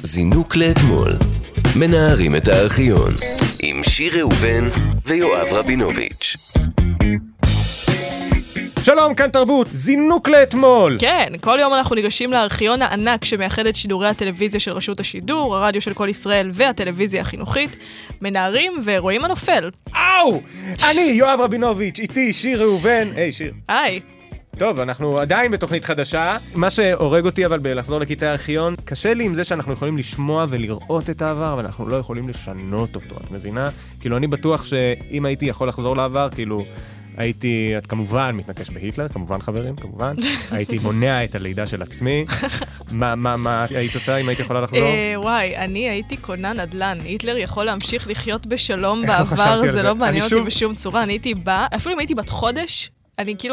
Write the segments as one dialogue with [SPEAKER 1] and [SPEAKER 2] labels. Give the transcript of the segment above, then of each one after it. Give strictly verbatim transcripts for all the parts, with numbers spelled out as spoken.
[SPEAKER 1] זינוק לאתמול. מנערים את הארכיון עם שיר ראובן ויואב רבינוביץ'.
[SPEAKER 2] שלום, כאן תרבות, זינוק לאתמול.
[SPEAKER 3] כן, כל יום אנחנו ניגשים לארכיון הענק שמאחד את שידורי הטלוויזיה של רשות השידור, הרדיו של כל ישראל והטלוויזיה החינוכית, מנערים ורואים הנופל.
[SPEAKER 2] אאו! אני יואב רבינוביץ', איתי שיר ראובן. היי שיר.
[SPEAKER 3] היי.
[SPEAKER 2] טוב, אנחנו עדיין בתוכנית חדשה. מה שהורג אותי אבל בלחזור לקטעי הארכיון, קשה לי עם זה שאנחנו יכולים לשמוע ולראות את העבר, אבל אנחנו לא יכולים לשנות אותו, את מבינה? כאילו אני בטוח שאם הייתי יכול לחזור לעבר, כאילו הייתי, את כמובן מתנקש בהיטלר, כמובן חברים, כמובן. הייתי מונע את הלידה של עצמי. מה, מה, מה היית עושה אם הייתי יכולה לחזור?
[SPEAKER 3] וואי, אני הייתי קונה נדל"ן. היטלר יכול להמשיך לחיות בשלום בעבר, זה לא מעניין אותי בשום צורה. אני הייתי באה, אפילו אם הייתי בת חודש, אני כאילו,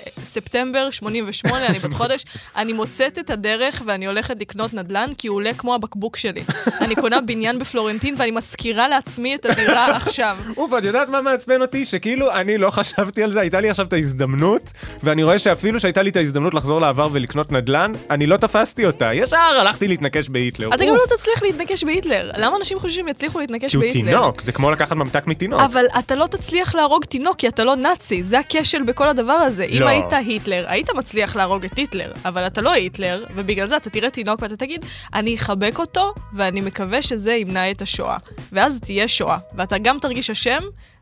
[SPEAKER 3] ספטמבר שמונים ושמונה, אני בת חודש, אני מוצאת את הדרך ואני הולכת לקנות נדל"ן, כי הוא עולה כמו הבקבוק שלי. אני קונה בניין בפלורנטין ואני מזכירה לעצמי את הדירה עכשיו.
[SPEAKER 2] אוף, את יודעת מה מעצבן אותי? שכאילו אני לא חשבתי על זה, הייתה לי עכשיו את ההזדמנות, ואני רואה שאפילו שהייתה לי את ההזדמנות לחזור לעבר ולקנות נדל"ן, אני לא תפסתי אותה. ישר הלכתי להתנקש בהיטלר.
[SPEAKER 3] אתה גם לא תצליח להתנקש בהיטלר. למה אנשים חושבים שהם יצליחו להתנקש בהיטלר?
[SPEAKER 2] כי הוא תינוק, זה כמו לקחת ממתק מתינוק.
[SPEAKER 3] אבל אתה לא תצליח להרוג תינוק, כי אתה לא נאצי. זה הכשל בכל הדבר הזה. אם
[SPEAKER 2] לא.
[SPEAKER 3] היית היטלר, היית מצליח להרוג את היטלר, אבל אתה לא היטלר, ובגלל זה אתה תראה תינוק ואתה תגיד, אני אחבק אותו, ואני מקווה שזה ימנע את השואה. ואז תהיה שואה, ואתה גם תרגיש אשם,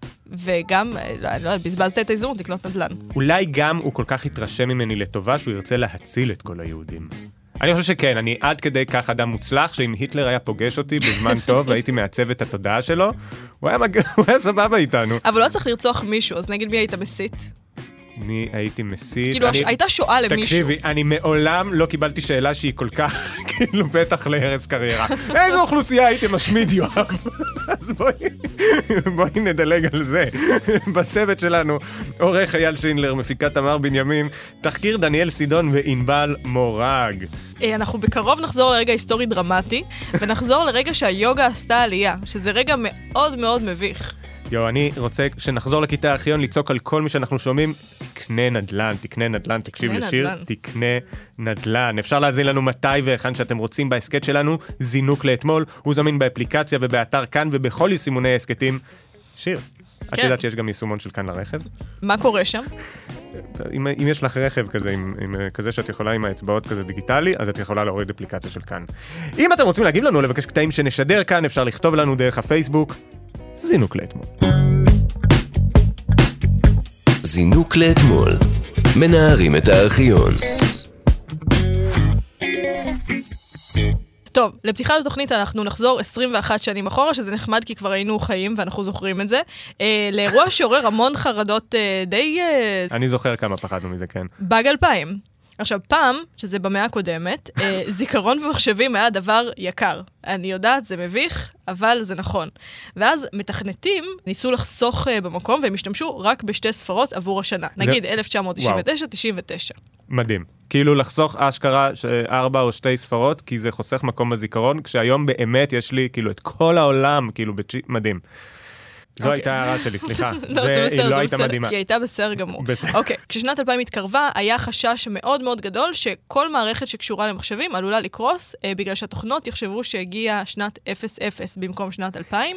[SPEAKER 3] וגם, לא, לא, בזבזת את ההזדמנות לקנות נדל"ן.
[SPEAKER 2] אולי גם הוא כל כך התרשם ממני לטובה, שהוא ירצה להציל את כל היהודים. אני חושב שכן, אני עד כדי כך אדם מוצלח, שאם היטלר היה פוגש אותי בזמן טוב, והייתי מעצב את התודעה שלו, הוא היה, מג... הוא היה סבבה איתנו.
[SPEAKER 3] אבל לא צריך לרצוח מישהו, אז נגיד מי היית מסית?
[SPEAKER 2] אני הייתי מסית.
[SPEAKER 3] כאילו,
[SPEAKER 2] אני...
[SPEAKER 3] הייתה שואה למישהו.
[SPEAKER 2] תקשיבי, אני מעולם לא קיבלתי שאלה שהיא כל כך, כאילו, בטח להרס קריירה. איזו אוכלוסייה הייתי משמיד, יואב? אז בואי, בואי נדלג על זה. בצוות שלנו, עורך אייל שינדלר, מפיקת תמר בנימין, תחקיר דניאל סידון וענבל מורג.
[SPEAKER 3] אנחנו בקרוב נחזור לרגע היסטורי דרמטי, ונחזור לרגע שהיוגה עשתה עלייה, שזה רגע מאוד מאוד מביך.
[SPEAKER 2] יו, אני רוצה שנחזור לקטעי הארכיון, לצעוק על כל מי שאנחנו שומעים, תקנה נדל"ן, תקנה נדל"ן, תקשיב לשיר, תקנה נדל"ן. אפשר להזין לנו מתי והיכן שאתם רוצים בהסקט שלנו, זינוק לאתמול, הוא זמין באפליקציה ובאתר כאן ובכל יישומוני ההסקטים. שיר, את יודעת שיש גם יישומון של כאן לרכב?
[SPEAKER 3] מה קורה שם?
[SPEAKER 2] אם, אם יש לך רכב כזה, עם, עם, כזה שאת יכולה עם האצבעות כזה דיגיטלי, אז את יכולה להוריד אפליקציה של כאן. אם אתם רוצים להגיב לנו, לבקש קטעים שנשדר כאן, אפשר לכתוב לנו דרך הפייסבוק. זינוק לאתמול.
[SPEAKER 1] זינוק לאתמול. מנערים את הארכיון.
[SPEAKER 3] טוב, לפתיחת התוכנית אנחנו נחזור עשרים ואחת שנים אחורה, שזה נחמד כי כבר היינו חיים ואנחנו זוכרים את זה. אה, לאירוע שעורר המון חרדות אה, די... אה,
[SPEAKER 2] אני זוכר כמה פחדנו מזה, כן.
[SPEAKER 3] באג אלפיים. עכשיו, פעם, שזה במאה הקודמת, אה, זיכרון ומחשבים היה דבר יקר. אני יודעת, זה מביך, אבל זה נכון. ואז מתכנתים ניסו לחסוך אה, במקום, והם השתמשו רק בשתי ספרות עבור השנה. זה... נגיד אלף תשע מאות תשעים ותשע תשעים ותשע.
[SPEAKER 2] מדהים. כאילו לחסוך אשכרה ארבע או שתי ספרות, כי זה חוסך מקום בזיכרון, כשהיום באמת יש לי כאילו את כל העולם, כאילו בצ'י... מדהים. זו הייתה הערה שלי, סליחה. היא לא הייתה מדהימה.
[SPEAKER 3] כי היא הייתה בסדר גמור. אוקיי, כששנת אלפיים התקרבה, היה חשש מאוד מאוד גדול שכל מערכת שקשורה למחשבים עלולה לקרוס, בגלל שהתוכנות יחשבו שהגיעה שנת אפס אפס במקום שנת אלפיים,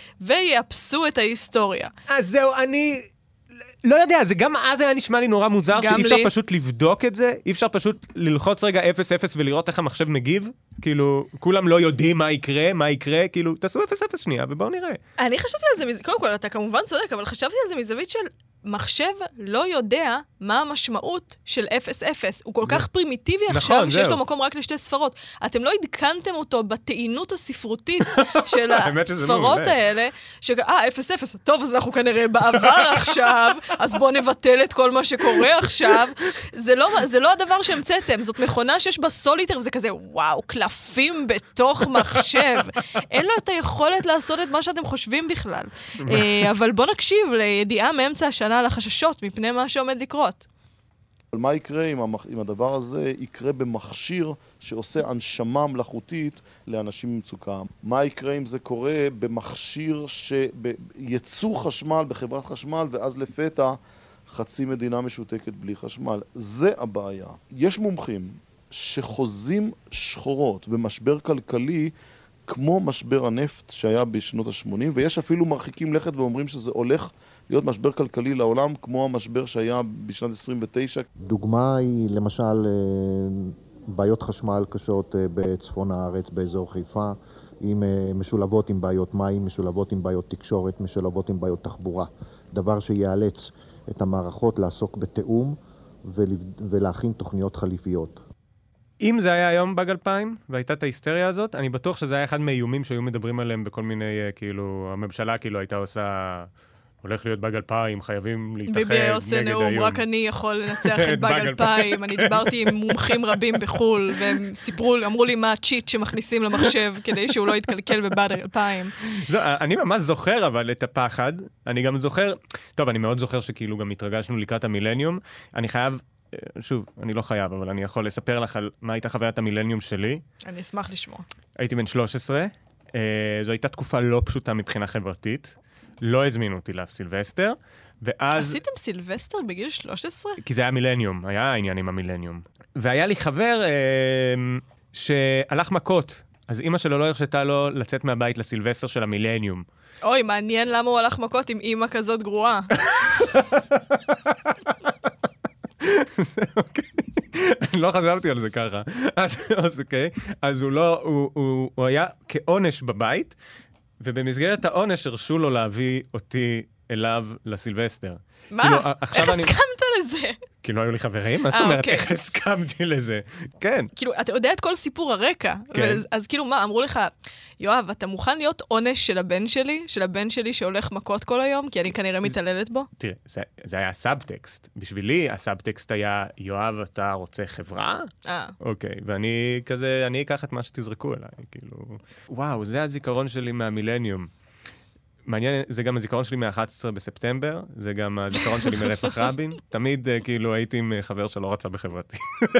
[SPEAKER 3] ויאפסו את ההיסטוריה.
[SPEAKER 2] אז זהו, אני... לא יודע, זה גם אז היה נשמע לי נורא מוזר, שאי אפשר פשוט לבדוק את זה, אי אפשר פשוט ללחוץ רגע אפס אפס ולראות איך המחשב מגיב, כאילו, כולם לא יודעים מה יקרה, מה יקרה, כאילו, תעשו אפס אפס שנייה, ובואו נראה.
[SPEAKER 3] אני חשבתי על זה, קודם כל, אתה כמובן צודק, אבל חשבתי על זה מזווית של מחשב לא יודע מה המשמעות של אפס אפס. הוא כל כך פרימיטיבי עכשיו, שיש לו מקום רק לשתי ספרות. אתם לא עדכנתם אותו בתאינות הספרותית של הספרות האלה, שאה, אפס אפס, טוב, אז אנחנו כנראה בעבר עכשיו, אז בואו נבטל את כל מה שקורה עכשיו. זה לא, זה לא הדבר שהמצאתם, זאת מכונה שיש בה סוליטר, וזה כזה, וואו, קלפים בתוך מחשב. אין לו את היכולת לעשות את מה שאתם חושבים בכלל. אבל בואו נקשיב לידיעה מאמצע השנה על החששות מפני מה שעומד לקרות.
[SPEAKER 4] אבל מה יקרה אם, המח... אם הדבר הזה יקרה במכשיר שעושה הנשמה מלאכותית לאנשים במצוקה? מה יקרה אם זה קורה במכשיר שייצור חשמל בחברת חשמל ואז לפתע חצי מדינה משותקת בלי חשמל? זה הבעיה. יש מומחים שחוזים שחורות במשבר כלכלי כמו משבר הנפט שהיה בשנות ה-שמונים, ויש אפילו מרחיקים לכת ואומרים שזה הולך להיות משבר כלכלי לעולם כמו המשבר שהיה בשנת עשרים ותשע.
[SPEAKER 5] דוגמה היא למשל בעיות חשמל קשות בצפון הארץ, באזור חיפה, עם משולבות עם בעיות מים, משולבות עם בעיות תקשורת, משולבות עם בעיות תחבורה. דבר שיאלץ את המערכות לעסוק בתאום ולהכין תוכניות חליפיות.
[SPEAKER 2] אם זה היה היום באג אלפיים, והייתה את ההיסטריה הזאת, אני בטוח שזה היה אחד מאיומים שהיו מדברים עליהם בכל מיני, כאילו, הממשלה כאילו הייתה עושה, הולך להיות באג אלפיים, חייבים להתאחד נגד האיום.
[SPEAKER 3] ביבי עושה נאום, רק אני יכול לנצח את באג אלפיים. אני דיברתי עם מומחים רבים בחול, והם סיפרו, אמרו לי מה הצ'יט שמכניסים למחשב, כדי שהוא לא יתקלקל בבאג אלפיים.
[SPEAKER 2] אני ממש זוכר אבל את הפחד, אני גם זוכר, טוב, אני מאוד זוכר שכאילו גם התרגשנו לקראת המילניום, אני חייב, שוב, אני לא חייב, אבל אני יכול לספר לך על מה הייתה חוויית המילניום שלי.
[SPEAKER 3] אני אשמח לשמוע.
[SPEAKER 2] הייתי בן שלוש עשרה, זו הייתה תקופה לא פשוטה מבחינה חברתית, לא הזמינו אותי לאף סילבסטר, ואז...
[SPEAKER 3] עשיתם סילבסטר בגיל שלוש עשרה?
[SPEAKER 2] כי זה היה מילניום, היה העניין עם המילניום. והיה לי חבר אה, שהלך מכות, אז אמא שלו לא הרשתה לו לצאת מהבית לסילבסטר של המילניום.
[SPEAKER 3] אוי, מעניין למה הוא הלך מכות עם אמא כזאת גרועה.
[SPEAKER 2] לא חשבתי על זה ככה. אז אוקיי, אז הוא לא, הוא היה כעונש בבית, ובמסגרת העונש הרשו לו להביא אותי אליו לסילבסטר.
[SPEAKER 3] מה? איך הסכמת לזה?
[SPEAKER 2] כי לא היו לי חברים? מה זאת אומרת, איך הסכמתי לזה? כן.
[SPEAKER 3] כאילו, אתה יודע את כל סיפור הרקע. אז כאילו, מה, אמרו לך, יואב, אתה מוכן להיות עונש של הבן שלי? של הבן שלי שהולך מכות כל היום? כי אני כנראה מתעללת בו?
[SPEAKER 2] תראה, זה היה סאבטקסט. בשבילי, הסאבטקסט היה, יואב, אתה רוצה חברה?
[SPEAKER 3] אה.
[SPEAKER 2] אוקיי, ואני כזה, אני אקח את מה שתזרקו אליי, כאילו... וואו, זה הזיכרון שלי מהמילניום. מעניין, זה גם הזיכרון שלי מה-אחד עשר בספטמבר, זה גם הזיכרון שלי מרצח רבין. תמיד כאילו הייתי עם חבר שלא רצה בחברתי.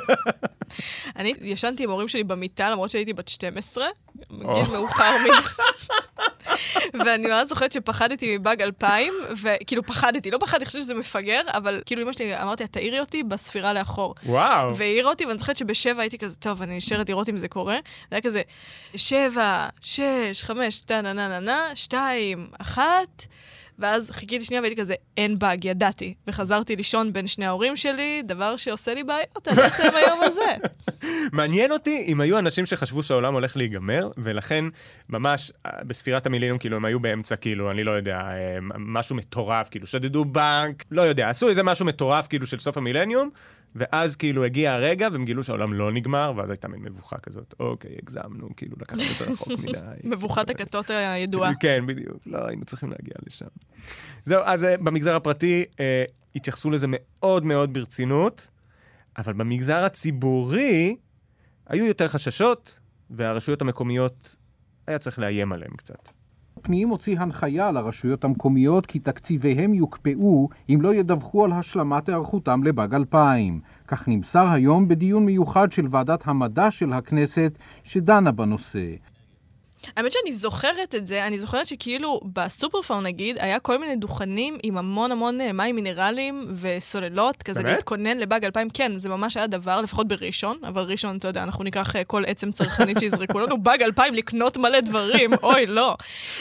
[SPEAKER 3] אני ישנתי עם הורים שלי במיטה, למרות שהייתי בת שתים עשרה, מגיל מאוחר מדי. ואני ממש זוכרת שפחדתי מבאג אלפיים, וכאילו פחדתי, לא פחדתי, חושבת שזה מפגר, אבל כאילו אמא שלי אמרתי, תעירי אותי בספירה לאחור.
[SPEAKER 2] וואו.
[SPEAKER 3] והעירה אותי, ואני זוכרת שבשבע הייתי כזה, טוב, אני נשארת לראות אם זה קורה. זה היה כזה, שבע, שש, חמש, טה, נה, נה, נה, נה, שתיים, אחת, ואז חיכיתי שנייה והייתי כזה, אין באג, ידעתי. וחזרתי לישון בין שני ההורים שלי, דבר שעושה לי בעיות, אני יוצא היום הזה.
[SPEAKER 2] מעניין אותי אם היו אנשים שחשבו שהעולם הולך להיגמר, ולכן ממש בספירת המילניום, כאילו הם היו באמצע, כאילו, אני לא יודע, משהו מטורף, כאילו שדדו בנק, לא יודע, עשו איזה משהו מטורף, כאילו של סוף המילניום, ואז כאילו הגיע הרגע, והם גילו שהעולם לא נגמר, ואז הייתה מין מבוכה כזאת. אוקיי, הגזמנו, כאילו לקחנו את זה רחוק מדי.
[SPEAKER 3] מבוכת הכתות הידועה.
[SPEAKER 2] כן, בדיוק. לא, היינו צריכים להגיע לשם. זהו, אז במגזר הפרטי התייחסו לזה מאוד מאוד ברצינות, אבל במגזר הציבורי היו יותר חששות, והרשויות המקומיות היה צריך לאיים עליהם קצת.
[SPEAKER 6] פנים הוציא הנחיה לרשויות המקומיות כי תקציביהם יוקפאו אם לא ידווחו על השלמת היערכותם לבאג אלפיים. כך נמסר היום בדיון מיוחד של ועדת המדע של הכנסת שדנה בנושא.
[SPEAKER 3] האמת שאני זוכרת את זה, אני זוכרת שכאילו בסופרפארם נגיד, היה כל מיני דוכנים עם המון המון מים מינרליים וסוללות, כזה באמת? להתכונן לבאג אלפיים, כן, זה ממש היה דבר, לפחות בראשון, אבל ראשון, אתה יודע, אנחנו ניקח כל עצם צרכנית שיזרקו לנו, באג אלפיים לקנות מלא דברים, אוי, לא.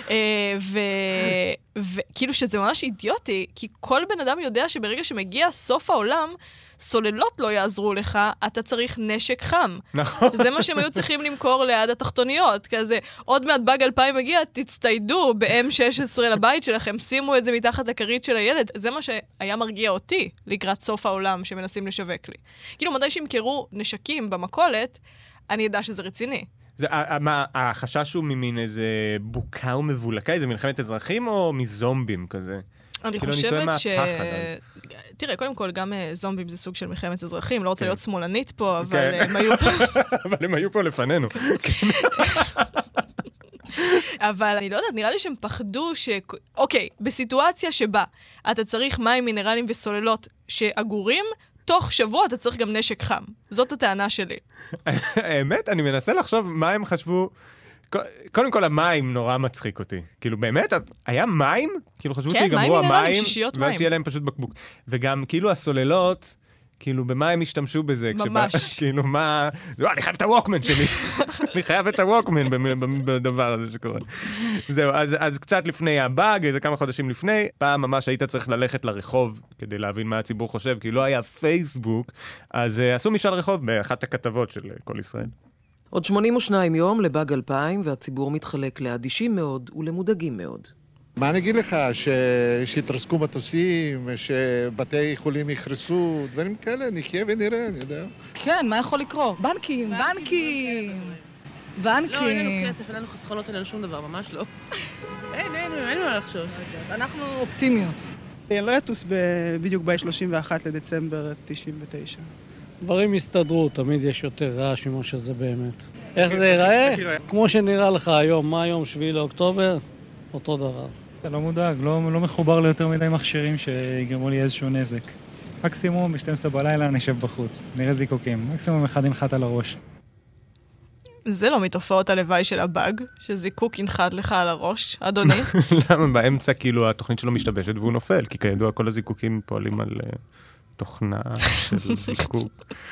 [SPEAKER 3] וכאילו שזה ממש אידיוטי, כי כל בן אדם יודע שברגע שמגיע סוף העולם, סוללות לא יעזרו לך, אתה צריך נשק חם.
[SPEAKER 2] נכון.
[SPEAKER 3] זה מה שהם היו צריכים למכור ליד התחתוניות, כזה, עוד מעט באג אלפיים מגיע, תצטיידו ב-אם שש עשרה לבית שלכם, שימו את זה מתחת לכרית של הילד. זה מה שהיה מרגיע אותי לקראת סוף העולם שמנסים לשווק לי. כאילו, מדי שימכרו נשקים במכולת, אני ידע שזה רציני.
[SPEAKER 2] זה, מה, החשש הוא ממין איזה בוקה ומבולקה, איזה מלחמת אזרחים או מזומבים כזה?
[SPEAKER 3] אני חושבת ש... תראה, קודם כל, גם זומבים זה סוג של מלחמת אזרחים, לא רוצה להיות שמאלנית פה, אבל הם היו פה...
[SPEAKER 2] אבל הם היו פה לפנינו.
[SPEAKER 3] אבל אני לא יודעת, נראה לי שהם פחדו ש... אוקיי, בסיטואציה שבה אתה צריך מים מינרליים וסוללות שאגורים, תוך שבוע אתה צריך גם נשק חם. זאת הטענה שלי.
[SPEAKER 2] האמת, אני מנסה לחשוב מה הם חשבו... קודם כל, המים נורא מצחיק אותי. כאילו, באמת, היה מים? כאילו, חשבו שיגמרו המים, ואז שיהיה להם פשוט בקבוק. וגם, כאילו, הסוללות, כאילו, במה הם השתמשו בזה?
[SPEAKER 3] ממש.
[SPEAKER 2] כאילו, מה... לא, אני חייב את הווקמן שלי. אני חייב את הווקמן בדבר הזה שקורה. זהו, אז, אז קצת לפני הבאג, איזה כמה חודשים לפני, פעם ממש היית צריך ללכת לרחוב כדי להבין מה הציבור חושב, כי לא היה פייסבוק, אז uh, עשו משאל רחוב באחת הכתבות של כל ישראל.
[SPEAKER 7] עוד שמונים ושניים יום לבאג אלפיים, והציבור מתחלק לאדישים מאוד ולמודאגים מאוד.
[SPEAKER 8] מה אני אגיד לך? ש... שיתרסקו מטוסים, שבתי חולים יחרסו, דברים כאלה, נחיה ונראה, אני יודע.
[SPEAKER 9] כן, מה יכול לקרות? בנקים, בנקים, בנקים.
[SPEAKER 10] לא, אין לנו כסף, אין לנו חסכונות, אין לנו שום דבר, ממש לא. אין, אין, אין מה לחשוב.
[SPEAKER 9] אנחנו אופטימיות.
[SPEAKER 11] אני לא אטוס בדיוק ב-שלושים ואחד לדצמבר תשעים ותשע.
[SPEAKER 12] דברים יסתדרו, תמיד יש יותר רעש ממה שזה באמת. איך זה ייראה? כמו שנראה לך היום, מה היום שביעי לאוקטובר? אותו דבר.
[SPEAKER 13] אתה לא מודאג, לא, לא מחובר ליותר מדי מכשירים שיגרמו לי איזשהו נזק. מקסימום ב-שתים עשרה בלילה נשב בחוץ, נראה זיקוקים. מקסימום אחד ינחת על הראש.
[SPEAKER 3] זה לא מתופעות הלוואי של הבאג, שזיקוק ינחת לך על הראש, אדוני.
[SPEAKER 2] למה באמצע כאילו התוכנית שלו משתבשת והוא נופל, כי כידוע כל הזיקוקים פועלים על uh, תוכנה של זיקוק.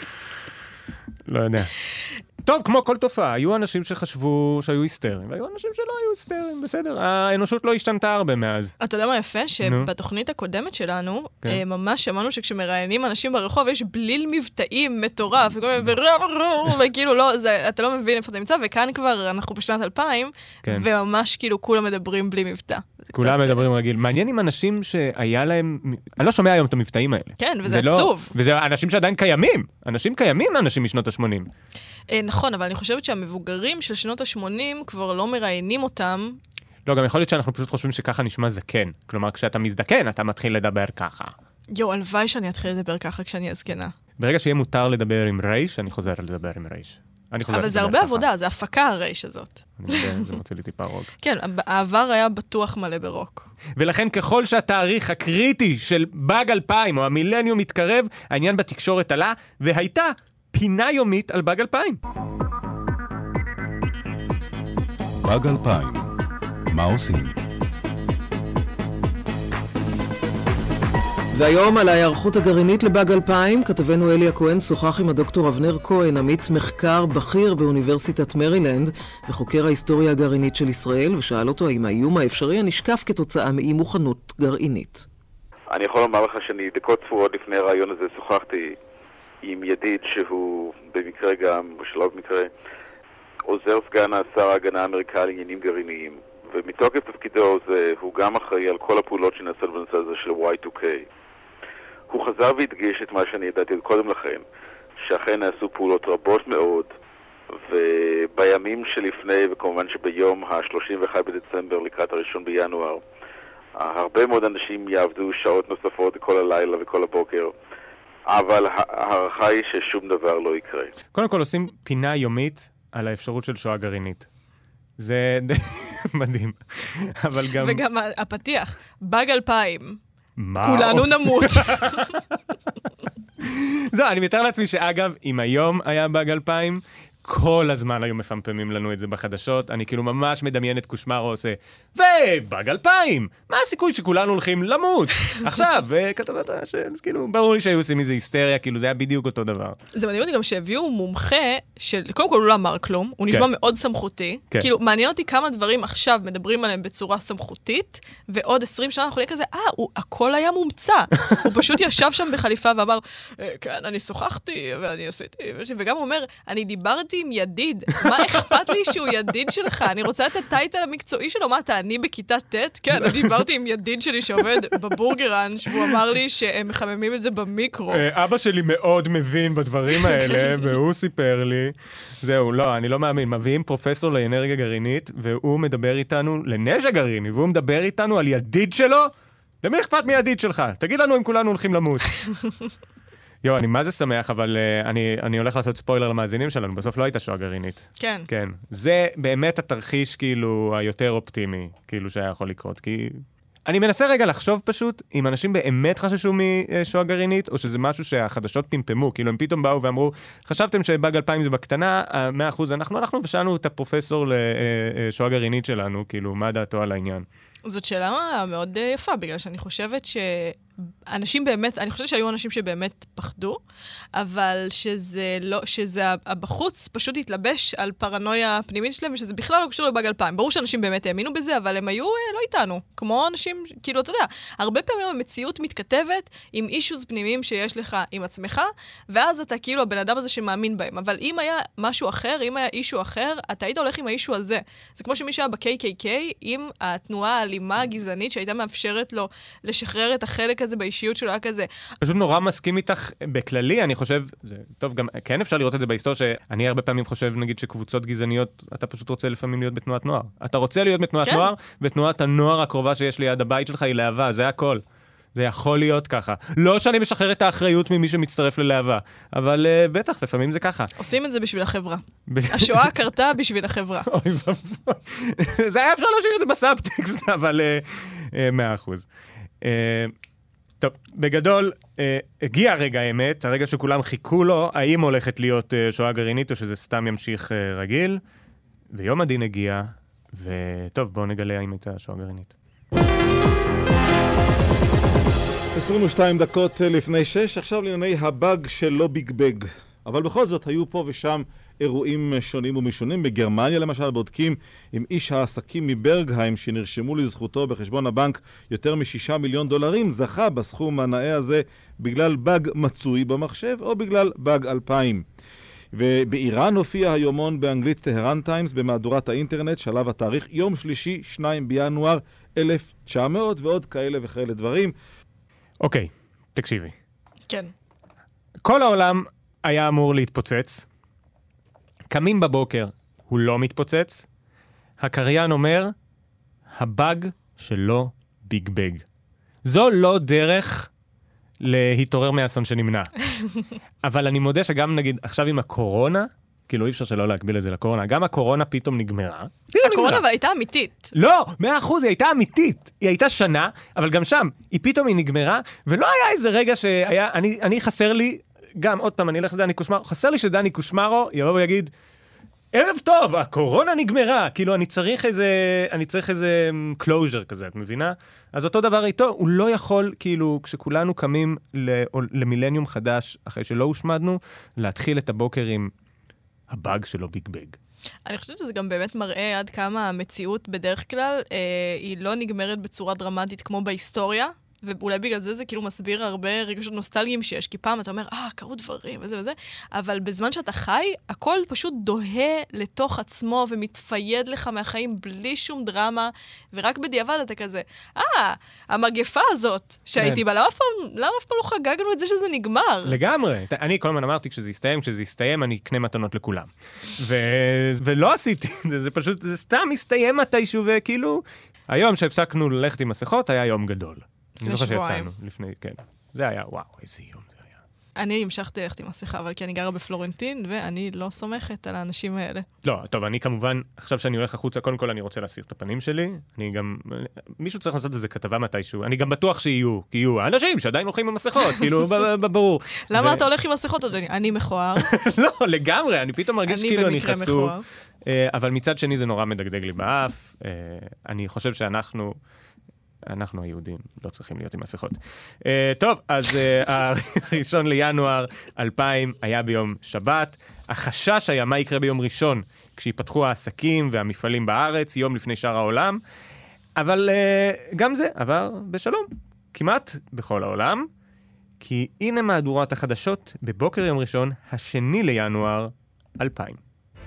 [SPEAKER 2] לא יודע. טוב, כמו כל תופעה, היו אנשים שחשבו שהיו היסטריים, והיו אנשים שלא היו היסטריים, בסדר. האנושות לא השתנתה הרבה מאז.
[SPEAKER 3] אתה יודע מה יפה? שבתוכנית הקודמת שלנו, ממש שמענו שכשמראיינים אנשים ברחוב, יש בליל מבטאים מטורף, וכאילו לא, אתה לא מבין איפה אתה נמצא, וכאן כבר אנחנו בשנת אלפיים, וממש כאילו כולם מדברים בלי מבטא.
[SPEAKER 2] כולם מדברים רגיל. מעניין עם אנשים שהיה להם... אני לא שומע היום את המבטאים האלה.
[SPEAKER 3] כן, וזה עצוב.
[SPEAKER 2] וזה אנשים שעדיין קיימים. אנשים קיימים, אנשים משנות ה-שמונים.
[SPEAKER 3] נכון, אבל אני חושבת שהמבוגרים של שנות ה-שמונים כבר לא מראיינים אותם.
[SPEAKER 2] לא, גם יכול להיות שאנחנו פשוט חושבים שככה נשמע זקן. כלומר, כשאתה מזדקן, אתה מתחיל לדבר ככה.
[SPEAKER 3] יו, הלוואי שאני אתחיל לדבר ככה כשאני אזקנה.
[SPEAKER 2] ברגע שיהיה מותר לדבר עם רייש, אני חוזר לדבר עם רייש.
[SPEAKER 3] אבל זה הרבה עבודה, זה הפקה הרייש הזאת.
[SPEAKER 2] אני יודע, זה מוצא לי טיפה רוג.
[SPEAKER 3] כן, העבר היה בטוח מלא ברוק.
[SPEAKER 2] ולכן ככל שהתאריך הקריטי של באג אלפיים או המילניום מתקרב, העניין בתקשורת עלה, והייתה פינה יומית על באג אלפיים.
[SPEAKER 14] באג אלפיים, מה עושים?
[SPEAKER 7] והיום על ההיערכות הגרעינית לבאג אלפיים, כתבנו אלי הכהן שוחח עם הדוקטור אבנר כהן, עמית מחקר בכיר באוניברסיטת מרילנד, וחוקר ההיסטוריה הגרעינית של ישראל, ושאל אותו האם האיום האפשרי הנשקף כתוצאה מאי מוכנות גרעינית.
[SPEAKER 15] אני יכול לומר לך שאני דקות ספורות לפני הרעיון הזה שוחחתי עם ידיד שהוא במקרה גם, בשלב מקרה, עוזר סגן השר ההגנה האמריקאי לעניינים גרעיניים, ומתוקף תפקידו זה הוא גם אחראי על כל הפעולות שנעשות בנושא הזה של וואי טו קיי. הוא חזר והדגיש את מה שאני ידעתי קודם לכן, שאכן נעשו פעולות רבות מאוד, ובימים שלפני, וכמובן שביום ה-שלושים ואחד בדצמבר לקראת הראשון בינואר, הרבה מאוד אנשים יעבדו שעות נוספות כל הלילה וכל הבוקר, אבל הערכה היא ששום דבר לא יקרה.
[SPEAKER 2] קודם כל עושים פינה יומית על האפשרות של שואה גרעינית. זה מדהים. אבל גם...
[SPEAKER 3] וגם הפתיח, באג אלפיים.
[SPEAKER 2] מה
[SPEAKER 3] כולנו
[SPEAKER 2] עושה?
[SPEAKER 3] נמות.
[SPEAKER 2] זהו, אני מתאר לעצמי שאגב, אם היום היה באג אלפיים, כל הזמן היו מפמפמים לנו את זה בחדשות. אני כאילו ממש מדמיין את קושמרו עושה, ובאג אלפיים! מה הסיכוי שכולנו הולכים למות? עכשיו, וכתבת שכאילו, ברור לי שהיו עושים איזה היסטריה, כאילו זה היה בדיוק אותו דבר.
[SPEAKER 3] זה מדהים אותי גם שהביאו מומחה, של, קודם כל הוא לא אמר כלום, הוא נשמע מאוד סמכותי, כאילו מעניין אותי כמה דברים עכשיו מדברים עליהם בצורה סמכותית, ועוד עשרים שנה אנחנו נהיה כזה, אה, הכל היה מומצא. הוא פשוט ישב שם בחליפה ואמר, כן, אני שוחחתי, ואני עשיתי, וגם הוא אומר, אני דיברתי עם ידיד, מה אכפת לי שהוא ידיד שלך? אני רוצה את הטייטל המקצועי שלו, מה אתה, אני בכיתה ט'? כן, אני דיברתי עם ידיד שלי שעובד בבורגראנץ', והוא אמר לי שהם מחממים את זה במיקרו.
[SPEAKER 2] אבא שלי מאוד מבין בדברים האלה, והוא סיפר לי, זהו, לא, אני לא מאמין, מביאים פרופסור לאנרגיה גרעינית, והוא מדבר איתנו לנשק גרעיני, והוא מדבר איתנו על ידיד שלו? למי אכפת מידיד שלך? תגיד לנו אם כולנו הולכים למות. יו, אני מה זה שמח, אבל uh, אני, אני הולך לעשות ספוילר למאזינים שלנו, בסוף לא הייתה שואה גרעינית.
[SPEAKER 3] כן.
[SPEAKER 2] כן. זה באמת התרחיש, כאילו, היותר אופטימי, כאילו, שהיה יכול לקרות, כי... אני מנסה רגע לחשוב פשוט, אם אנשים באמת חששו משואה גרעינית, או שזה משהו שהחדשות פמפמו, כאילו הם פתאום באו ואמרו, חשבתם שבאג אלפיים זה בקטנה, מאה אחוז אנחנו, אנחנו ושאלנו את הפרופסור לשואה גרעינית שלנו, כאילו, מה דעתו על העניין?
[SPEAKER 3] זאת שאלה מאוד יפה, בגלל שאני חושבת שאנשים באמת, אני חושבת שהיו אנשים שבאמת פחדו, אבל שזה לא, שזה הבחוץ פשוט התלבש על פרנויה פנימית שלהם, ושזה בכלל לא קשור לבאג אלפיים. ברור שאנשים באמת האמינו בזה, אבל הם היו לא איתנו. כמו אנשים, כאילו, אתה יודע, הרבה פעמים המציאות מתכתבת עם אישוז פנימיים שיש לך עם עצמך, ואז אתה כאילו הבן אדם הזה שמאמין בהם. אבל אם היה משהו אחר, אם היה אישו אחר, אתה היית הולך עם האישו הזה. זה כמו שמי שהיה ב-קיי קיי קיי, עם התנועה האלימה הגזענית שהייתה מאפשרת לו לשחרר את החלק הזה באישיות שלו, היה כזה.
[SPEAKER 2] פשוט נורא מסכים איתך בכללי, אני חושב, זה טוב, גם כן אפשר לראות את זה בהיסטוריה, שאני הרבה פעמים חושב, נגיד, שקבוצות גזעניות, אתה פשוט רוצה לפעמים להיות בתנועת נוער. אתה רוצה להיות בתנועת נוער, ותנועת הנוער הקרובה שיש ליד הבית שלך היא להבה, זה הכל. זה יכול להיות ככה. לא שאני משחרר את האחריות ממי שמצטרף ללהבה, אבל uh, בטח, לפעמים זה ככה.
[SPEAKER 3] עושים את זה בשביל החברה. השואה קרתה בשביל החברה.
[SPEAKER 2] אוי ואבוי. זה היה אפשר להשאיר את זה בסאבטקסט, אבל מאה אחוז. טוב, בגדול, uh, הגיע הרגע האמת, הרגע שכולם חיכו לו, האם הולכת להיות uh, שואה גרעינית, או שזה סתם ימשיך uh, רגיל, ויום הדין הגיע, וטוב, בואו נגלה האם הייתה שואה גרעינית.
[SPEAKER 16] עשרים ושתיים דקות לפני שש, עכשיו לענייני הבאג שלא ביגבג. אבל בכל זאת, היו פה ושם אירועים שונים ומשונים. בגרמניה למשל בודקים עם איש העסקים מברגהיים שנרשמו לזכותו בחשבון הבנק יותר משישה מיליון דולרים, זכה בסכום הנאה הזה בגלל באג מצוי במחשב או בגלל באג אלפיים. ובאיראן הופיע היומון באנגלית טהרן טיימס במהדורת האינטרנט, שלב התאריך יום שלישי, שניים בינואר אלף תשע מאות, ועוד כאלה וכאלה דברים.
[SPEAKER 2] אוקיי, תקשיבי.
[SPEAKER 3] כן.
[SPEAKER 2] כל העולם היה אמור להתפוצץ. קמים בבוקר, הוא לא מתפוצץ. הקריין אומר, הבאג שלא ביגבג. זו לא דרך להתעורר מהאסון שנמנע. אבל אני מודה שגם נגיד, עכשיו עם הקורונה, כאילו אי אפשר שלא להקביל את זה לקורונה, גם הקורונה פתאום נגמרה.
[SPEAKER 3] הקורונה אבל הייתה אמיתית.
[SPEAKER 2] לא, מאה אחוז, היא הייתה אמיתית. היא הייתה שנה, אבל גם שם, היא פתאום היא נגמרה, ולא היה איזה רגע שהיה, אני, אני חסר לי, גם עוד פעם, אני אלך לדני קושמרו, חסר לי שדני קושמרו יבוא ויגיד, ערב טוב, הקורונה נגמרה. כאילו, אני צריך איזה, אני צריך איזה closure כזה, את מבינה? אז אותו דבר איתו, הוא לא יכול, כאילו, כשכולנו קמים למילניום חדש, אחרי שלא הושמדנו, להתחיל את הבוקר עם הבאג שלו ביגבג.
[SPEAKER 3] אני חושבת שזה גם באמת מראה עד כמה המציאות בדרך כלל אה, היא לא נגמרת בצורה דרמטית כמו בהיסטוריה, ואולי בגלל זה זה כאילו מסביר הרבה רגשות נוסטלגיים שיש, כי פעם אתה אומר, אה, קרו דברים וזה וזה, אבל בזמן שאתה חי, הכל פשוט דוהה לתוך עצמו ומתפייד לך מהחיים בלי שום דרמה, ורק בדיעבד אתה כזה, אה, המגפה הזאת שהייתי בה, למה אף פעם, למה אף פעם לא חגגנו את זה שזה נגמר?
[SPEAKER 2] לגמרי. אני כל הזמן אמרתי, כשזה יסתיים, כשזה יסתיים, אני אקנה מתנות לכולם. ולא עשיתי, זה פשוט, זה סתם יסתיים מתישהו, וכאילו, היום שהפסקנו ללכת עם מסכות, היה יום גדול. אני זוכר שיצאנו לפני, כן. זה היה, וואו, איזה יום זה היה.
[SPEAKER 3] אני המשכתי ללכת עם מסכה, אבל כי אני גרה בפלורנטין, ואני לא סומכת על האנשים האלה.
[SPEAKER 2] לא, טוב, אני כמובן, עכשיו שאני הולך החוצה, קודם כל אני רוצה להסיר את הפנים שלי. אני גם, מישהו צריך לעשות איזה כתבה מתישהו. אני גם בטוח שיהיו, כי יהיו אנשים שעדיין הולכים עם מסכות, כאילו, ברור.
[SPEAKER 3] למה אתה הולך עם מסכות, אדוני? אני מכוער.
[SPEAKER 2] לא, לגמרי, אני פתאום מרגיש כאילו אני חשוף. אבל מצד שני זה נורא מדגדג לי באף. אני חושב שאנחנו אנחנו היהודים לא צריכים להיות עם מסכות. Uh, טוב, אז uh, הראשון לינואר אלפיים היה ביום שבת. החשש היה מה יקרה ביום ראשון, כשיפתחו העסקים והמפעלים בארץ, יום לפני שאר העולם. אבל uh, גם זה עבר בשלום, כמעט בכל העולם. כי הנה מהדורת החדשות בבוקר יום ראשון, השני לינואר אלפיים.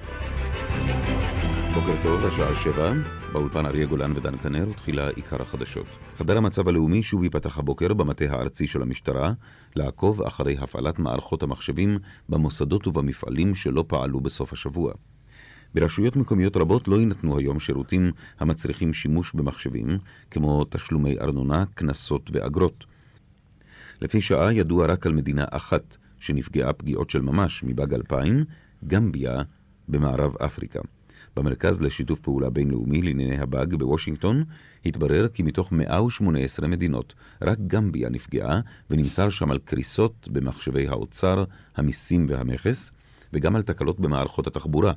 [SPEAKER 17] בוקר טוב, השעה שבע, באולפן אריה גולן ודן כנר, ותחילה עיקר החדשות. חדר המצב הלאומי שוב ייפתח הבוקר במטה הארצי של המשטרה, לעקוב אחרי הפעלת מערכות המחשבים במוסדות ובמפעלים שלא פעלו בסוף השבוע. ברשויות מקומיות רבות לא יינתנו היום שירותים המצריכים שימוש במחשבים, כמו תשלומי ארנונה, כנסות ואגרות. לפי שעה ידוע רק על מדינה אחת שנפגעה פגיעות של ממש מבאג אלפיים, גמביה במערב אפריקה. במרכז לשיתוף פעולה בינלאומי לענייני הבאג בוושינגטון התברר כי מתוך מאה ושמונה עשרה מדינות רק גמביה נפגעה, ונמסר שם על קריסות במחשבי האוצר, המיסים והמכס, וגם על תקלות במערכות התחבורה.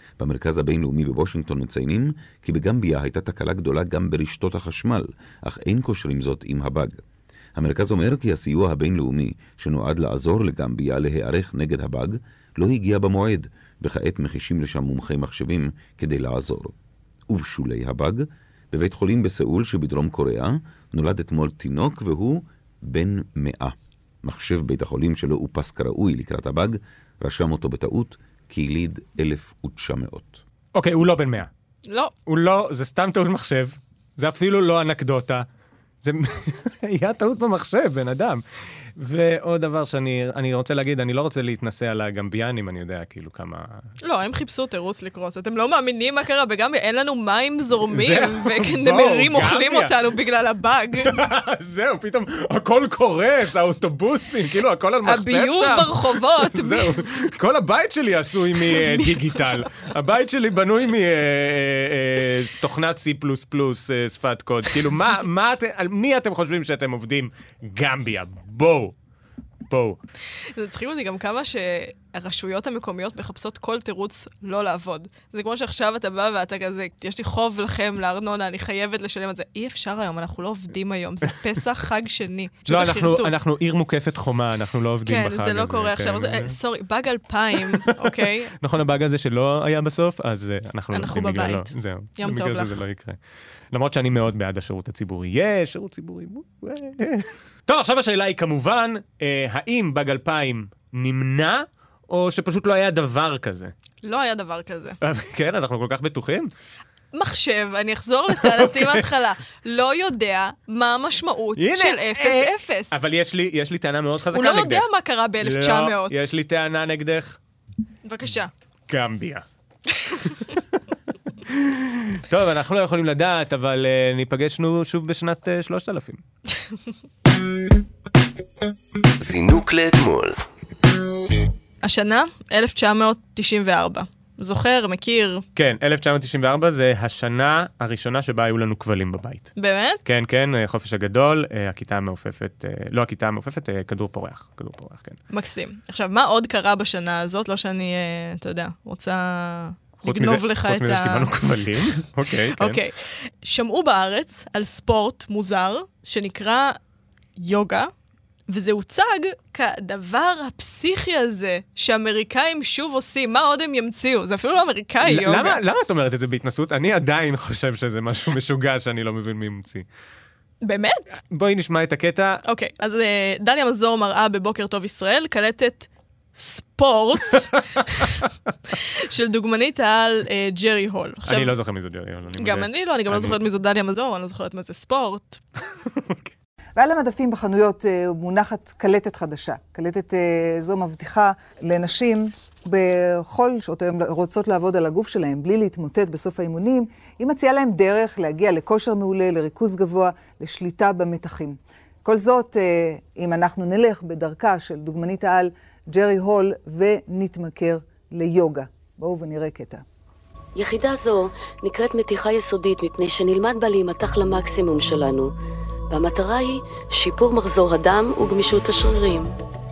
[SPEAKER 17] במרכז הבינלאומי בוושינגטון מציינים כי בגמביה הייתה תקלה גדולה גם ברשתות החשמל, אך אין קושרים זאת עם הבאג. המרכז אומר כי הסיוע הבינלאומי שנועד לעזור לגמביה להיערך נגד הבאג לא הגיע במועד, וכעת מחישים לשם מומחי מחשבים כדי לעזור. ובשולי הבאג, בבית חולים בסאול שבדרום קוריאה, נולד אתמול תינוק והוא בן מאה. מחשב בית החולים שלו אופס כראוי לקראת הבאג, רשם אותו בטעות כיליד אלף ותשע מאות.
[SPEAKER 2] אוקיי, הוא לא בן מאה.
[SPEAKER 3] לא.
[SPEAKER 2] הוא לא, זה סתם טעות מחשב. זה אפילו לא אנקדוטה. זה היה טעות במחשב, בן אדם. ועוד דבר שאני אני רוצה להגיד, אני לא רוצה להתנסה על הגמביאנים, אני יודע כאילו כמה...
[SPEAKER 3] לא, הם חיפשו תירוץ לקרוס. אתם לא מאמינים מה קרה בגמביה, אין לנו מים זורמים, ונמרים אוכלים אותנו בגלל הבאג.
[SPEAKER 2] זהו, פתאום הכל קורס, האוטובוסים, כאילו הכל על מחטף שם.
[SPEAKER 3] הביוב ברחובות.
[SPEAKER 2] זהו, כל הבית שלי עשוי מדיגיטל. הבית שלי בנוי מתוכנת C פלוס פלוס שפת קוד. כאילו, על מי אתם חושבים שאתם עובדים? גמביה, בואו. בואו.
[SPEAKER 3] זה צריכים אותי גם כמה שהרשויות המקומיות מחפשות כל תירוץ לא לעבוד. זה כמו שעכשיו אתה בא ואתה כזה, יש לי חוב לכם לארנונה, אני חייבת לשלם את זה. אי אפשר היום, אנחנו לא עובדים היום, זה פסח חג שני.
[SPEAKER 2] לא, אנחנו, אנחנו עיר מוקפת חומה, אנחנו לא עובדים בחג הזה.
[SPEAKER 3] כן, זה לא קורה עכשיו. סורי, באג אלפיים, אוקיי?
[SPEAKER 2] נכון, הבאג הזה שלא היה בסוף, אז אנחנו לא עובדים בגללו. זהו.
[SPEAKER 3] יום טוב לך.
[SPEAKER 2] זה לא יקרה. למרות שאני מאוד בעד השירות הציבורי. יש, שירות ציבורי. טוב, עכשיו השאלה היא כמובן, אה, האם באג אלפיים נמנע, או שפשוט לא היה דבר כזה?
[SPEAKER 3] לא היה דבר כזה.
[SPEAKER 2] כן, אנחנו כל כך בטוחים.
[SPEAKER 3] מחשב, אני אחזור לטענתי מההתחלה, לא יודע מה המשמעות של אפס אפס.
[SPEAKER 2] אבל יש לי, יש לי טענה מאוד חזקה
[SPEAKER 3] נגדך. הוא לא יודע מה קרה ב-אלף תשע מאות.
[SPEAKER 2] לא, יש לי טענה נגדך.
[SPEAKER 3] בבקשה.
[SPEAKER 2] גמביה. טוב, אנחנו לא יכולים לדעת, אבל uh, ניפגשנו שוב בשנת uh, שלושת אלפים.
[SPEAKER 1] זינוק לאתמול.
[SPEAKER 3] השנה, אלף תשע מאות תשעים וארבע. זוכר, מכיר?
[SPEAKER 2] כן, אלף תשע מאות תשעים וארבע זה השנה הראשונה שבה היו לנו כבלים בבית.
[SPEAKER 3] באמת?
[SPEAKER 2] כן, כן, חופש הגדול, הכיתה המעופפת, לא הכיתה המעופפת, כדור פורח, כדור פורח, כן.
[SPEAKER 3] מקסים. עכשיו, מה עוד קרה בשנה הזאת? לא שאני, אתה יודע, רוצה... לגנוב לך את ה...
[SPEAKER 2] חוץ מזה שקיבלנו כבלים. אוקיי, כן.
[SPEAKER 3] אוקיי. שמעו בארץ על ספורט מוזר שנקרא יוגה, וזה הוצג כדבר הפסיכי הזה שאמריקאים שוב עושים. מה עוד הם ימציאו? זה אפילו לא אמריקאי יוגה.
[SPEAKER 2] למה, למה את אומרת את זה בהתנסות? אני עדיין חושב שזה משהו משוגע שאני לא מבין מי ממציא.
[SPEAKER 3] באמת?
[SPEAKER 2] בואי נשמע את הקטע.
[SPEAKER 3] אוקיי, אז דליה מזור מראה בבוקר טוב ישראל, קלטת ספורט של דוגמנית העל ג'רי הול.
[SPEAKER 2] אני לא זוכר מי זו ג'רי הול.
[SPEAKER 3] גם אני לא, אני גם לא זוכרת מי זו דליה מזור, אני לא זוכרת מה זה ספורט.
[SPEAKER 18] ועל המדפים בחנויות מונחת קלטת חדשה. קלטת זו מבטיחה לנשים בכל שעות הן רוצות לעבוד על הגוף שלהם בלי להתמוטט בסוף האימונים, היא מציעה להם דרך להגיע לכושר מעולה, לריכוז גבוה, לשליטה במתחים. כל זאת, אם אנחנו נלך בדרכה של דוגמנית העל ג'רי הול ונתמכר ליוגה. בואו ונראה קטע.
[SPEAKER 19] יחידה זו נקראת מתיחה יסודית מפני שנלמד בה להימתח למקסימום שלנו. והמטרה היא שיפור מחזור הדם וגמישות השרירים.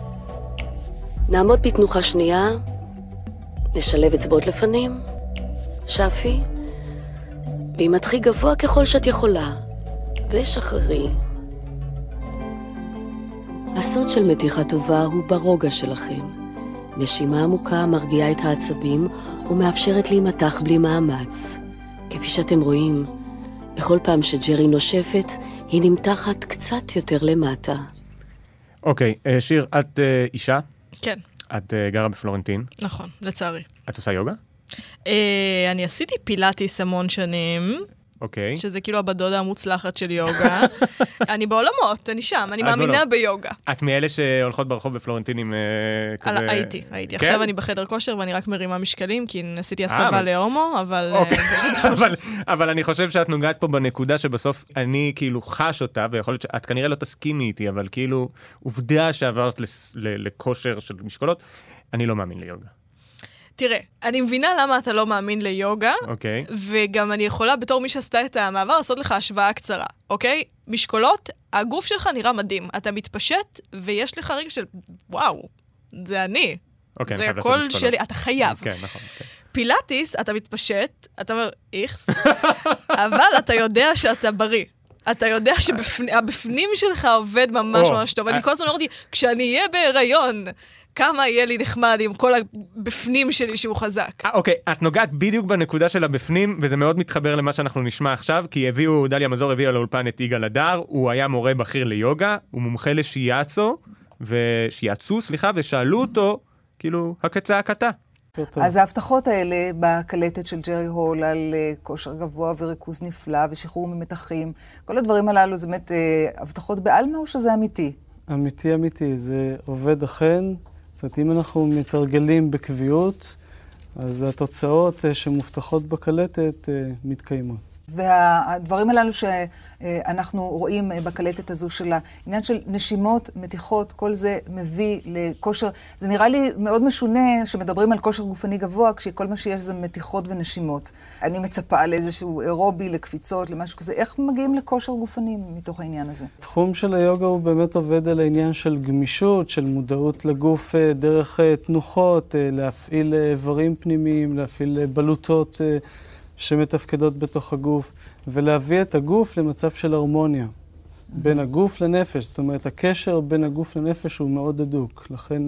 [SPEAKER 19] נעמוד בתנוחה שנייה, נשלב אצבעות לפנים, שפי, והימתחי גבוה ככל שאת יכולה, ושחררי. הסוד של מתיחה טובה הוא ברוגע שלכם. נשימה עמוקה מרגיעה את העצבים ומאפשרת להימתח בלי מאמץ. כפי שאתם רואים, בכל פעם שג'רי נושפת, היא נמתחת קצת יותר למטה.
[SPEAKER 2] אוקיי, שיר, את אישה?
[SPEAKER 3] כן.
[SPEAKER 2] את גרה בפלורנטין?
[SPEAKER 3] נכון, לצערי.
[SPEAKER 2] את עושה יוגה?
[SPEAKER 3] אני עשיתי פילאטיס המון שנים.
[SPEAKER 2] אוקיי.
[SPEAKER 3] שזה כאילו הבדודה המוצלחת של יוגה. אני בעולמות, אני שם, אני מאמינה ביוגה.
[SPEAKER 2] את מאלה שהולכות ברחוב בפלורנטין עם כזה...
[SPEAKER 3] הייתי, הייתי. עכשיו אני בחדר כושר ואני רק מרימה משקלים, כי עשיתי הסבה להומו, אבל...
[SPEAKER 2] אבל אני חושב שאת נוגעת פה בנקודה שבסוף אני כאילו חש אותה, ויכול להיות שאת כנראה לא תסכימי איתי, אבל כאילו עובדה שעברת לכושר של משקולות, אני לא מאמין ליוגה.
[SPEAKER 3] תראה, אני מבינה למה אתה לא מאמין ליוגה,
[SPEAKER 2] אוקיי.
[SPEAKER 3] וגם אני יכולה בתור מי שעשתה את המעבר לעשות לך השוואה קצרה, אוקיי? משקולות, הגוף שלך נראה מדהים. אתה מתפשט ויש לך רגע של, וואו, זה אני.
[SPEAKER 2] אוקיי,
[SPEAKER 3] זה
[SPEAKER 2] אני חייב לעשות
[SPEAKER 3] הכל
[SPEAKER 2] משקולות.
[SPEAKER 3] שלי, אתה חייב.
[SPEAKER 2] כן, נכון. כן.
[SPEAKER 3] פילאטיס, אתה מתפשט, אתה אומר, איכס, אבל אתה יודע שאתה בריא. אתה יודע שהבפנים שלך עובד ממש ממש טוב. אני כל הזמן אומרתי, כשאני אהיה בהיריון, כמה יהיה לי נחמד עם כל הבפנים שלי שהוא חזק.
[SPEAKER 2] אוקיי, את נוגעת בדיוק בנקודה של הבפנים, וזה מאוד מתחבר למה שאנחנו נשמע עכשיו, כי הביאו, דליה מזור הביאה לאולפן את יגאל הדר, הוא היה מורה בכיר ליוגה, הוא מומחה לשיאצו, ושיאצו, סליחה, ושאלו אותו, כאילו, הקצעקתה.
[SPEAKER 18] אז ההבטחות האלה בקלטת של ג'רי הול על כושר גבוה וריכוז נפלא ושחרור ממתחים, כל הדברים הללו זה באמת הבטחות בעלמא או שזה אמיתי?
[SPEAKER 12] אמיתי, אמיתי. זה עובד אכן. זאת אומרת, אם אנחנו מתרגלים בקביעות, אז התוצאות שמובטחות בקלטת מתקיימות.
[SPEAKER 18] והדברים הללו שאנחנו רואים בקלטת הזו של העניין של נשימות, מתיחות, כל זה מביא לכושר. זה נראה לי מאוד משונה שמדברים על כושר גופני גבוה, כשכל מה שיש זה מתיחות ונשימות. אני מצפה לאיזשהו אירובי, לקפיצות, למשהו כזה. איך מגיעים לכושר גופני מתוך העניין הזה?
[SPEAKER 12] התחום של היוגה הוא באמת עובד על העניין של גמישות, של מודעות לגוף דרך תנוחות, להפעיל איברים פנימיים, להפעיל בלוטות שמתפקדות בתוך הגוף, ולהביא את הגוף למצב של הרמוניה. בין הגוף לנפש, זאת אומרת, הקשר בין הגוף לנפש הוא מאוד הדוק. לכן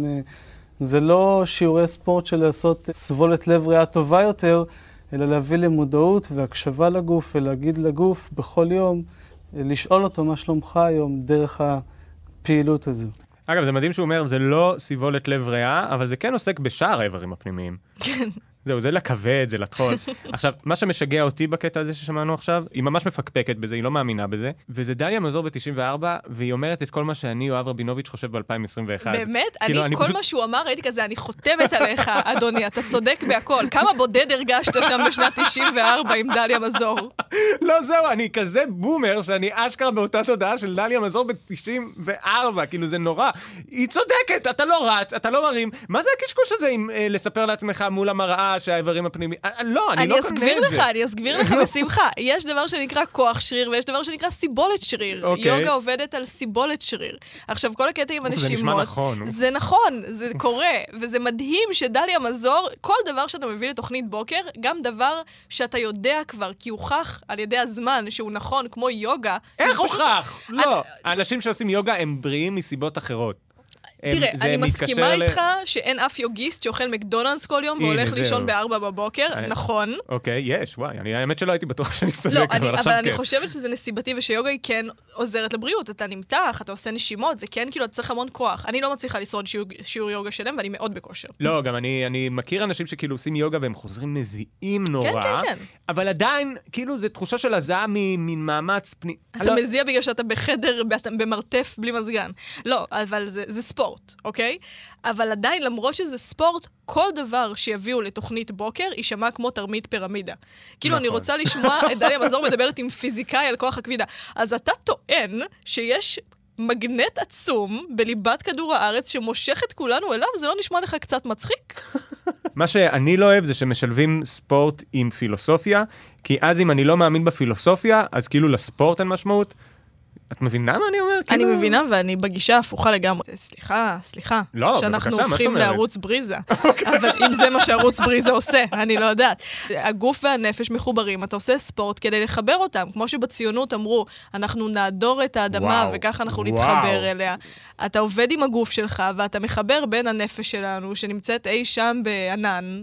[SPEAKER 12] זה לא שיעורי ספורט של לעשות סבולת לב ריאה טובה יותר, אלא להביא למודעות והקשבה לגוף, ולהגיד לגוף בכל יום, לשאול אותו מה שלומך היום דרך הפעילות הזו.
[SPEAKER 2] אגב, זה מדהים שהוא אומר, זה לא סבולת לב ריאה, אבל זה כן עוסק בשאר האיברים הפנימיים. כן. זהו, זה לכבד, זה לטחול. עכשיו, מה שמשגע אותי בקטע הזה ששמענו עכשיו, היא ממש מפקפקת בזה, היא לא מאמינה בזה, וזה דליה מזור ב-תשעים וארבע, והיא אומרת את כל מה שאני, יואב רבינוביץ', חושב ב-אלפיים עשרים ואחת.
[SPEAKER 3] באמת? אני, אני כל פשוט... מה שהוא אמר, ראיתי כזה, אני חותמת עליך, אדוני, אתה צודק בהכל. כמה בודד הרגשת שם בשנת תשעים וארבע עם דליה מזור?
[SPEAKER 2] לא, זהו, אני כזה בומר, שאני אשכרה באותה תודעה של דליה מזור ב-תשעים וארבע, כאילו זה נורא. היא צודקת, אתה לא רץ, אתה לא מרים. מה זה הקשקוש הזה עם אה, לספר לעצמך מול המראה שהאיברים הפנימיים... לא, אני, אני לא קונה את זה.
[SPEAKER 3] לך, אני אסביר לך בשמחה. יש דבר שנקרא כוח שריר, ויש דבר שנקרא סיבולת שריר.
[SPEAKER 2] Okay.
[SPEAKER 3] יוגה עובדת על סיבולת שריר. עכשיו, כל הקטע עם הנשימות...
[SPEAKER 2] זה נשמע נכון.
[SPEAKER 3] זה נכון, זה קורה, וזה מדהים שדליה מזור, כל דבר שאתה מביא לתוכנית בוקר, גם דבר שאתה יודע כבר, כי הוכח על ידי הזמן שהוא נכון, כמו יוגה...
[SPEAKER 2] איך הוכח? לא. האנשים שעושים יוגה הם בריאים מסיבות אחרות.
[SPEAKER 3] תראה, אני מסכימה איתך שאין אף יוגיסט שאוכל מקדונלדס כל יום והולך לישון בארבע בבוקר, נכון.
[SPEAKER 2] אוקיי, יש, וואי, האמת שלא הייתי בטוח שאני צודק, אבל עכשיו כן.
[SPEAKER 3] אבל אני חושבת שזה נסיבתי ושיוגה היא כן עוזרת לבריאות. אתה נמתח, אתה עושה נשימות, זה כן כאילו, אתה צריך המון כוח. אני לא מצליחה לשרוד שיעור יוגה שלם, ואני מאוד בכושר.
[SPEAKER 2] לא, גם אני מכיר אנשים שכאילו עושים יוגה והם חוזרים מזיעים נורא.
[SPEAKER 3] כן, כן, כן.
[SPEAKER 2] אבל עדיין, כאילו, זו תחושה של הזעה ממאמץ פני...
[SPEAKER 3] אתה מזיע בגלל שאתה בחדר, במרתף בלי מזגן. לא, אבל זה, זה ספורט, אוקיי? אבל עדיין, למרות שזה ספורט, כל דבר שיביאו לתוכנית בוקר, יישמע כמו תרמית פירמידה. כאילו, אני רוצה לשמוע את דליה מזור מדברת עם פיזיקאי על כוח הכבידה. אז אתה טוען שיש מגנט עצום בליבת כדור הארץ שמושך את כולנו אליו, זה לא נשמע לך קצת מצחיק?
[SPEAKER 2] מה שאני לא אוהב זה שמשלבים ספורט עם פילוסופיה, כי אז אם אני לא מאמין בפילוסופיה, אז כאילו לספורט אין משמעות. את מבינה מה אני אומר?
[SPEAKER 3] אני מבינה, ואני בגישה הפוכה לגמרי. סליחה, סליחה.
[SPEAKER 2] לא,
[SPEAKER 3] שאנחנו הופכים לערוץ בריזה. אבל אם זה מה שערוץ בריזה עושה, אני לא יודעת. הגוף והנפש מחוברים, אתה עושה ספורט כדי לחבר אותם. כמו שבציונות אמרו, אנחנו נעדור את האדמה, וככה אנחנו נתחבר אליה. אתה עובד עם הגוף שלך, ואתה מחבר בין הנפש שלנו, שנמצאת אי שם בענן,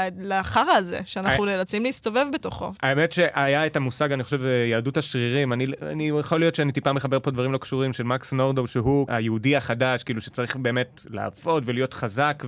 [SPEAKER 3] לחרה הזה, שאנחנו נאלצים להסתובב בתוכו.
[SPEAKER 2] האמת שהיה את המושג, אני חושב, יהדות השרירים. אני, אני יכול להיות שאני טיפה מחבר פה דברים לא קשורים של מקס נורדאו, שהוא היהודי החדש, כאילו שצריך באמת לעבוד ולהיות חזק,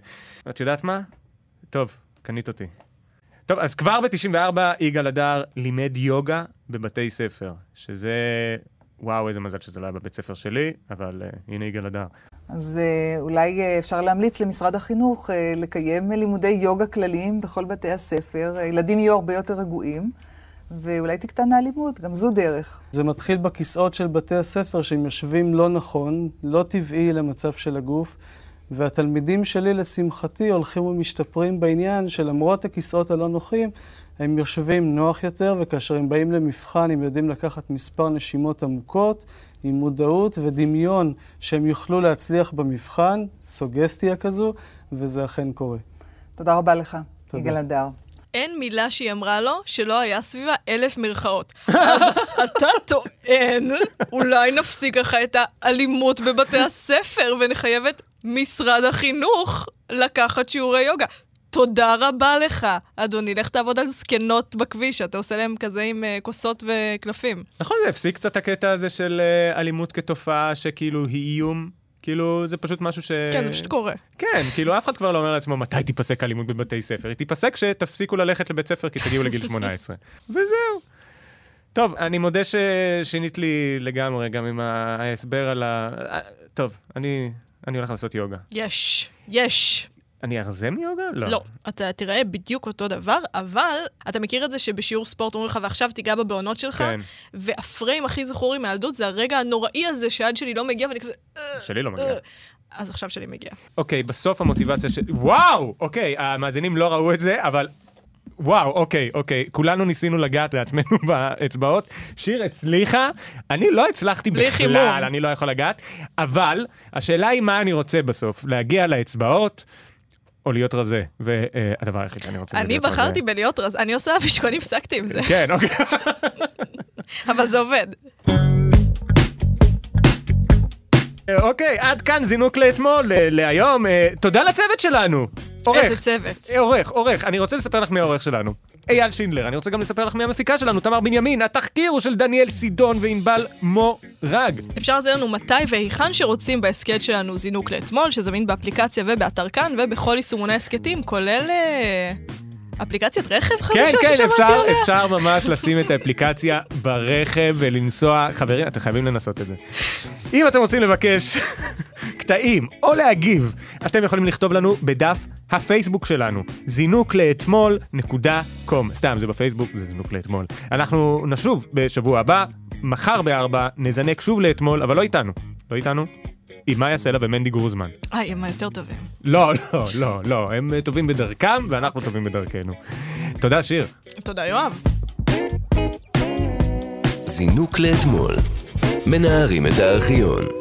[SPEAKER 2] ואת יודעת מה? טוב, קנית אותי. טוב, אז כבר ב-תשעים וארבע יגאל הדר לימד יוגה בבתי ספר, שזה... וואו, איזה מזל שזה לא היה בבית ספר שלי, אבל uh, הנה יגאל הדר.
[SPEAKER 18] אז uh, אולי uh, אפשר להמליץ למשרד החינוך uh, לקיים לימודי יוגה כלליים בכל בתי הספר. ילדים יהיו הרבה יותר רגועים, ואולי תקטן האלימות, גם זו דרך.
[SPEAKER 12] זה מתחיל בכיסאות של בתי הספר, שהם יושבים לא נכון, לא טבעי למצב של הגוף, והתלמידים שלי, לשמחתי, הולכים ומשתפרים בעניין שלמרות הכיסאות הלא נוחים, הם יושבים נוח יותר, וכאשר הם באים למבחן, הם יודעים לקחת מספר נשימות עמוקות, עם מודעות ודמיון שהם יוכלו להצליח במבחן, סוגסטיה כזו, וזה אכן קורה.
[SPEAKER 18] תודה רבה לך. יגאל הדר.
[SPEAKER 3] אין מילה שהיא אמרה לו שלא היה סביבה אלף מרכאות. אז אתה טוען, אולי נפסיק ככה את האלימות בבתי הספר ונחייב את משרד החינוך לקחת שיעורי יוגה. תודה רבה לך, אדוני. לך תעבוד על זקנות בכביש, אתה עושה להם כזה עם uh, כוסות וקלפים.
[SPEAKER 2] נכון, זה הפסיק קצת הקטע הזה של uh, אלימות כתופעה שכאילו היא איום. כאילו, זה פשוט משהו ש...
[SPEAKER 3] כן, זה פשוט קורה.
[SPEAKER 2] כן, כאילו, אף אחד כבר לא אומר לעצמו, מתי תיפסק אלימות בבתי ספר? היא תיפסק שתפסיקו ללכת לבית ספר כי תגיעו לגיל שמונה עשרה. וזהו. טוב, אני מודה ששינית לי לגמרי, גם עם ההסבר על ה... טוב, אני, אני הולך לעשות יוגה.
[SPEAKER 3] יש, יש.
[SPEAKER 2] אני ארזה מיוגה? לא.
[SPEAKER 3] לא, אתה תראה בדיוק אותו דבר, אבל אתה מכיר את זה שבשיעור ספורט אומרים לך, ועכשיו תיגע בבעונות שלך,
[SPEAKER 2] כן.
[SPEAKER 3] והפריים הכי זכור לי מהילדות זה הרגע הנוראי הזה שעד שלי לא מגיע, ואני כזה...
[SPEAKER 2] שלי לא מגיע.
[SPEAKER 3] אז עכשיו שלי מגיע.
[SPEAKER 2] אוקיי, בסוף המוטיבציה של... וואו! אוקיי, המאזינים לא ראו את זה, אבל... וואו, אוקיי, אוקיי. כולנו ניסינו לגעת לעצמנו באצבעות. שיר הצליחה, אני לא הצלחתי בכלל, אני לא יכול לגעת, אבל השאלה היא מה אני רוצה בסוף, להגיע לאצבעות, או להיות רזה, והדבר היחיד שאני רוצה להיות רזה.
[SPEAKER 3] אני בחרתי בלהיות רזה, אני עושה אבישקו, אני הפסקתי עם זה.
[SPEAKER 2] כן, אוקיי.
[SPEAKER 3] אבל זה עובד.
[SPEAKER 2] אוקיי, עד כאן זינוק לאתמול, להיום. תודה לצוות שלנו.
[SPEAKER 3] איזה צוות.
[SPEAKER 2] עורך, עורך. אני רוצה לספר לך מי העורך שלנו. אייל שינדלר. אני רוצה גם לספר לך מי המפיקה שלנו, תמר בנימין. התחקיר הוא של דניאל סידון וענבל מורג.
[SPEAKER 3] אפשר לזה לנו מתי והיכן שרוצים בהסקט שלנו זינוק לאתמול, שזמין באפליקציה ובאתר כאן ובכל יישומוני הסקטים, כולל... אפליקציית רכב חדשה
[SPEAKER 2] ששמעתי עליה?
[SPEAKER 3] כן,
[SPEAKER 2] כן, אפשר ממש לשים את האפליקציה ברכב ולנסוע. חברים, אתם חייבים לנסות את זה. אם אתם רוצים לבקש קטעים או להגיב, אתם יכולים לכתוב לנו בדף הפייסבוק שלנו, זינוק לאתמול נקודה קום. סתם, זה בפייסבוק, זה זינוק לאתמול. אנחנו נשוב בשבוע הבא, מחר בארבע, נזנק שוב לאתמול, אבל לא איתנו. לא איתנו? עם מאיה סלע ומנדי גרוזמן.
[SPEAKER 3] אה, הם יותר טובים.
[SPEAKER 2] לא, לא, לא, לא. הם טובים בדרכם, ואנחנו טובים בדרכנו. תודה, שיר.
[SPEAKER 3] תודה, יואב.
[SPEAKER 1] זינוק לאתמול. מנערים את הארכיון.